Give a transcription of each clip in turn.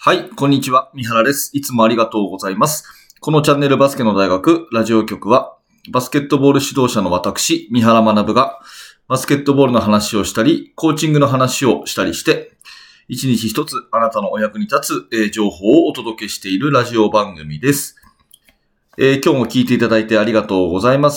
はい、こんにちは。三原です。いつもありがとうございます。このチャンネルバスケの大学ラジオ局は、バスケットボール指導者の私、三原学が、バスケットボールの話をしたり、コーチングの話をしたりして、一日一つあなたのお役に立つ、情報をお届けしているラジオ番組です。今日も聞いていただいてありがとうございます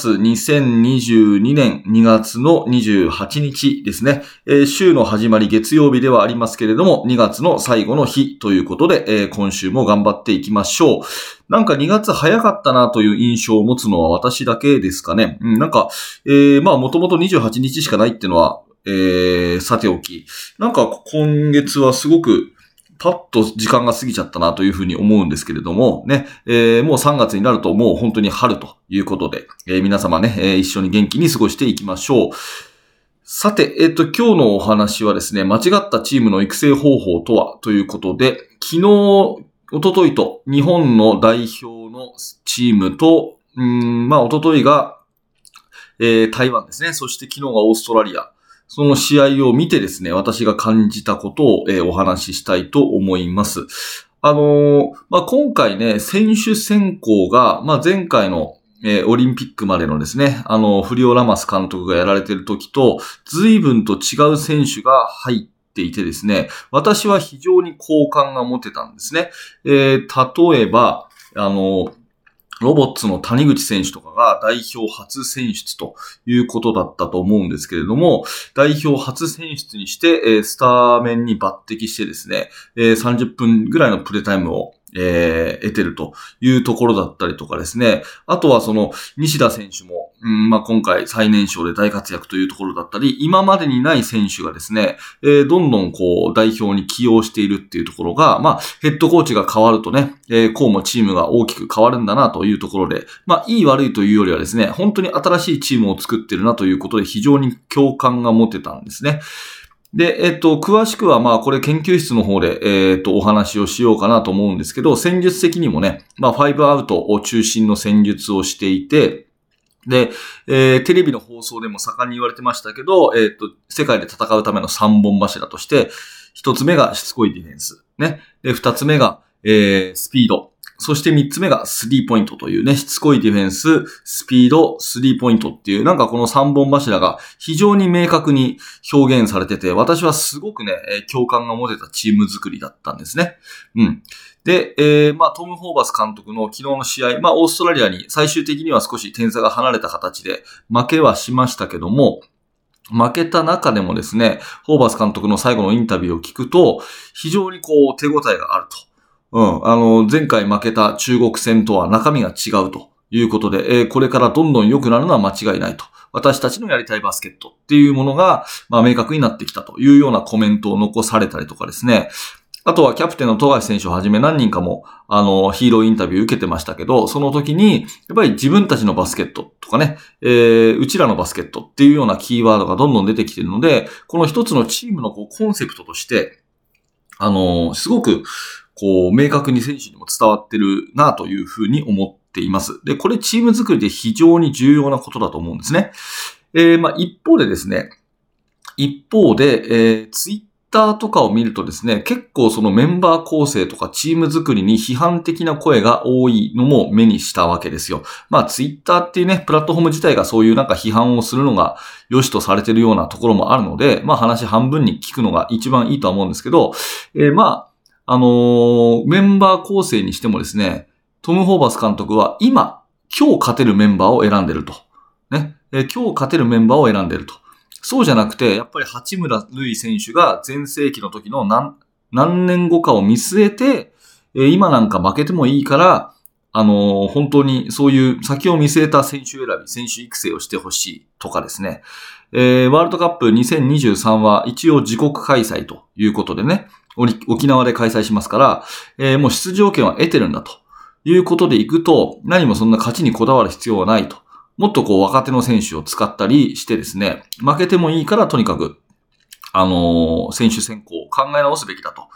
。2022年2月の28日ですね。週の始まり月曜日ではありますけれども、2月の最後の日ということで、今週も頑張っていきましょう。なんか2月早かったなという印象を持つのは私だけですかね。もともと28日しかないっていうのは、さておき、なんか今月はすごくパッと時間が過ぎちゃったなというふうに思うんですけれども、ね、もう3月になるともう本当に春ということで、皆様ね、一緒に元気に過ごしていきましょう。さて、今日のお話はですね、間違ったチームの育成方法とはということで、昨日、一昨日と日本の代表のチームと、一昨日が、台湾ですね。そして昨日がオーストラリア。その試合を見てですね、私が感じたことを、お話ししたいと思います。今回ね、選手選考が、前回の、オリンピックまでのですね、フリオ・ラマス監督がやられている時と、随分と違う選手が入っていてですね、私は非常に好感が持てたんですね。例えば、ロボッツの谷口選手とかが代表初選出ということだったと思うんですけれども、代表初選出にして、スターメンに抜擢してですね、30分ぐらいのプレータイムを得てるというところだったりとかですね。あとはその西田選手も、今回最年少で大活躍というところだったり、今までにない選手がですね、どんどん代表に起用しているっていうところが、ヘッドコーチが変わるとね、こうもチームが大きく変わるんだなというところで、いい悪いというよりはですね、本当に新しいチームを作ってるなということで非常に共感が持てたんですね。で、詳しくはこれ研究室の方で、お話をしようかなと思うんですけど、戦術的にもね、5アウトを中心の戦術をしていて、で、テレビの放送でも盛んに言われてましたけど、世界で戦うための3本柱として、1つ目がしつこいディフェンス。ね。で、2つ目が、スピード。そして3つ目がスリーポイントというね、しつこいディフェンス、スピード、スリーポイントっていう、なんかこの3本柱が非常に明確に表現されてて、私はすごくね、共感が持てたチーム作りだったんですね。で、トム・ホーバス監督の昨日の試合、オーストラリアに最終的には少し点差が離れた形で負けはしましたけども、負けた中でもですね、ホーバス監督の最後のインタビューを聞くと、非常に手応えがあると。前回負けた中国戦とは中身が違うということで、これからどんどん良くなるのは間違いないと。私たちのやりたいバスケットっていうものが、明確になってきたというようなコメントを残されたりとかですね。あとはキャプテンの富樫選手をはじめ何人かも、ヒーローインタビュー受けてましたけど、その時に、やっぱり自分たちのバスケットとかね、うちらのバスケットっていうようなキーワードがどんどん出てきているので、この一つのチームのコンセプトとして、すごく、明確に選手にも伝わってるなというふうに思っています。で、これチーム作りで非常に重要なことだと思うんですね。一方で、ツイッターとかを見るとですね、結構そのメンバー構成とかチーム作りに批判的な声が多いのも目にしたわけですよ。ツイッターっていうね、プラットフォーム自体がそういうなんか批判をするのが良しとされているようなところもあるので、話半分に聞くのが一番いいとは思うんですけど、メンバー構成にしてもですね、トム・ホーバス監督は今日勝てるメンバーを選んでると。ね。今日勝てるメンバーを選んでると。そうじゃなくて、やっぱり八村塁選手が全盛期の時の何年後かを見据えて、今なんか負けてもいいから、本当にそういう先を見据えた選手選び、選手育成をしてほしいとかですね。ワールドカップ2023は一応自国開催ということでね、沖縄で開催しますから、もう出場権は得てるんだということでいくと、何もそんな勝ちにこだわる必要はないと。もっと若手の選手を使ったりしてですね、負けてもいいからとにかく、選手選考を考え直すべきだと。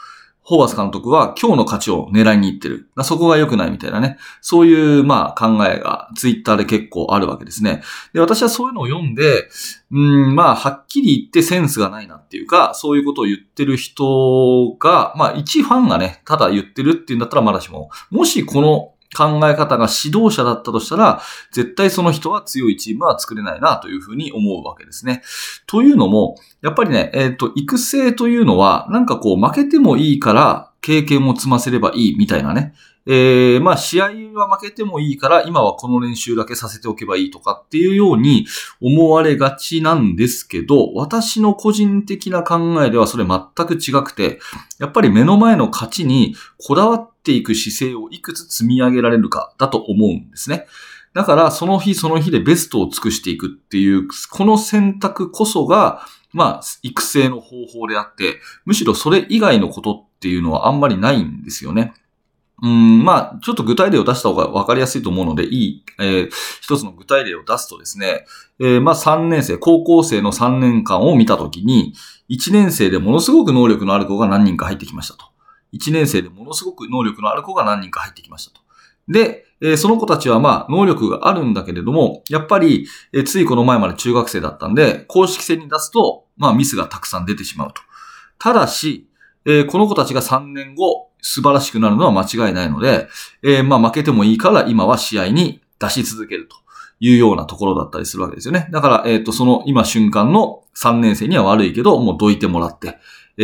ホーバス監督は今日の勝ちを狙いに行ってる。そこが良くないみたいなね。そういう、考えがツイッターで結構あるわけですね。で、私はそういうのを読んで、はっきり言ってセンスがないなっていうか、そういうことを言ってる人が、一ファンがね、ただ言ってるっていうんだったらまだしも、もしこの考え方が指導者だったとしたら、絶対その人は強いチームは作れないなというふうに思うわけですね。というのも、やっぱりね、育成というのは、負けてもいいから経験を積ませればいいみたいなね。試合は負けてもいいから、今はこの練習だけさせておけばいいとかっていうように思われがちなんですけど、私の個人的な考えではそれ全く違くて、やっぱり目の前の勝ちにこだわっていく姿勢をいくつ積み上げられるかだと思うんですね。だからその日その日でベストを尽くしていくっていう、この選択こそが、育成の方法であって、むしろそれ以外のことっていうのはあんまりないんですよね。ちょっと具体例を出した方が分かりやすいと思うので、一つの具体例を出すとですね、3年生、高校生の3年間を見たときに、1年生でものすごく能力のある子が何人か入ってきましたと。1年生でものすごく能力のある子が何人か入ってきましたと。で、その子たちは能力があるんだけれども、やっぱり、ついこの前まで中学生だったんで、公式戦に出すと、ミスがたくさん出てしまうと。ただし、この子たちが3年後、素晴らしくなるのは間違いないので、負けてもいいから今は試合に出し続けるというようなところだったりするわけですよね。だから、その今瞬間の3年生には悪いけど、もうどいてもらって、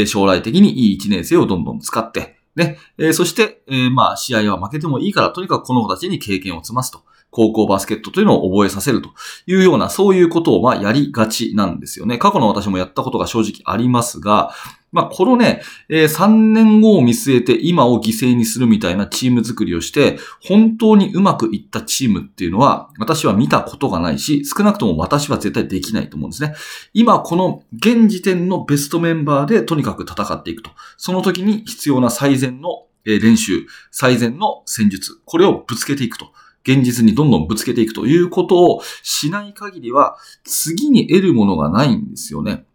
将来的にいい1年生をどんどん使って、ね、そして、試合は負けてもいいから、とにかくこの子たちに経験を積ますと。高校バスケットというのを覚えさせるというような、そういうことをやりがちなんですよね。過去の私もやったことが正直ありますが、このね、3年後を見据えて今を犠牲にするみたいなチーム作りをして、本当にうまくいったチームっていうのは、私は見たことがないし、少なくとも私は絶対できないと思うんですね。今この現時点のベストメンバーでとにかく戦っていくと。その時に必要な最善の練習、最善の戦術、これをぶつけていくと。現実にどんどんぶつけていくということをしない限りは、次に得るものがないんですよね。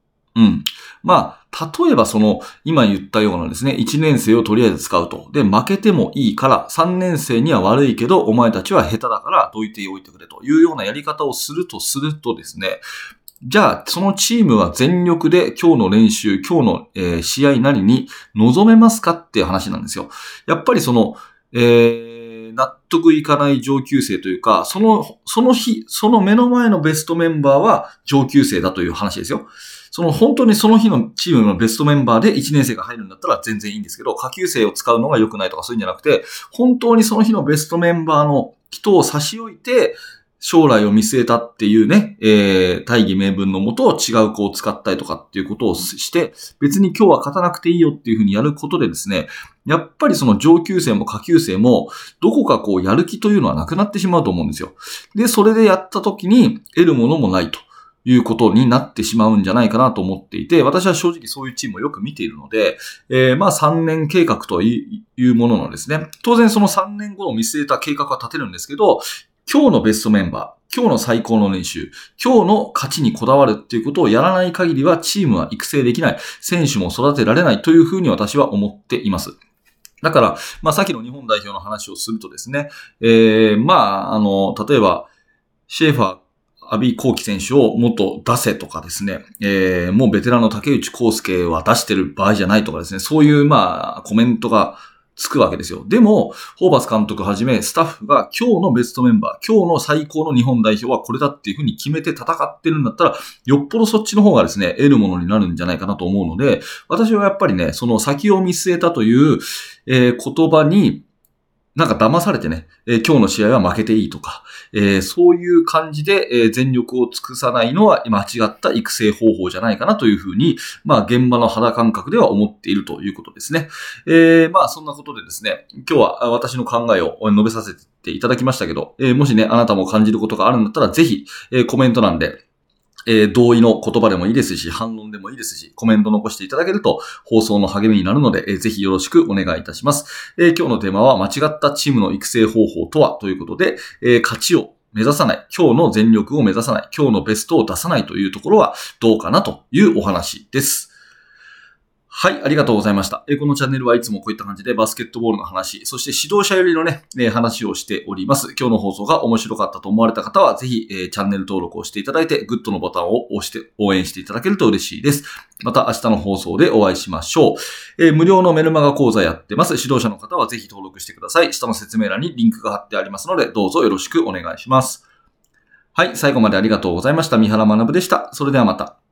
例えば今言ったようなですね、1年生をとりあえず使うと。で、負けてもいいから、3年生には悪いけど、お前たちは下手だからどいておいてくれというようなやり方をするとですね、じゃあ、そのチームは全力で今日の練習、今日の、試合なりに臨めますかっていう話なんですよ。やっぱり納得いかない上級生というか、その日、その目の前のベストメンバーは上級生だという話ですよ。本当にその日のチームのベストメンバーで1年生が入るんだったら全然いいんですけど、下級生を使うのが良くないとかそういうんじゃなくて、本当にその日のベストメンバーの人を差し置いて、将来を見据えたっていうね、大義名分のもと違う子を使ったりとかっていうことをして、別に今日は勝たなくていいよっていうふうにやることでですね、やっぱりその上級生も下級生も、どこかやる気というのはなくなってしまうと思うんですよ。で、それでやった時に得るものもないということになってしまうんじゃないかなと思っていて、私は正直そういうチームをよく見ているので、3年計画というもののですね、当然その3年後を見据えた計画は立てるんですけど、今日のベストメンバー、今日の最高の練習、今日の勝ちにこだわるっていうことをやらない限りはチームは育成できない、選手も育てられないというふうに私は思っています。だから、さっきの日本代表の話をするとですね、例えば、シェーファー、阿ビ幸輝選手をもっと出せとかですね、もうベテランの竹内康介は出してる場合じゃないとかですね、そういうコメントがつくわけですよ。でも、ホーバス監督はじめスタッフが今日のベストメンバー、今日の最高の日本代表はこれだっていうふうに決めて戦ってるんだったら、よっぽどそっちの方がですね、得るものになるんじゃないかなと思うので、私はやっぱりね、その先を見据えたという、言葉に、騙されてね、今日の試合は負けていいとか、そういう感じで、全力を尽くさないのは間違った育成方法じゃないかなというふうに、現場の肌感覚では思っているということですね。そんなことでですね、今日は私の考えを述べさせていただきましたけど、もしね、あなたも感じることがあるんだったら、ぜひ、コメント欄で、同意の言葉でもいいですし、反論でもいいですし、コメント残していただけると放送の励みになるので、ぜひよろしくお願いいたします。今日のテーマは間違ったチームの育成方法とはということで、勝ちを目指さない、今日の全力を目指さない、今日のベストを出さないというところはどうかなというお話です。 はい、ありがとうございました。このチャンネルはいつもこういった感じでバスケットボールの話、そして指導者寄りのね、話をしております。今日の放送が面白かったと思われた方は、ぜひ、チャンネル登録をしていただいて、グッドのボタンを押して応援していただけると嬉しいです。また明日の放送でお会いしましょう。無料のメルマガ講座やってます。指導者の方はぜひ登録してください。下の説明欄にリンクが貼ってありますので、どうぞよろしくお願いします。はい、最後までありがとうございました。三原学でした。それではまた。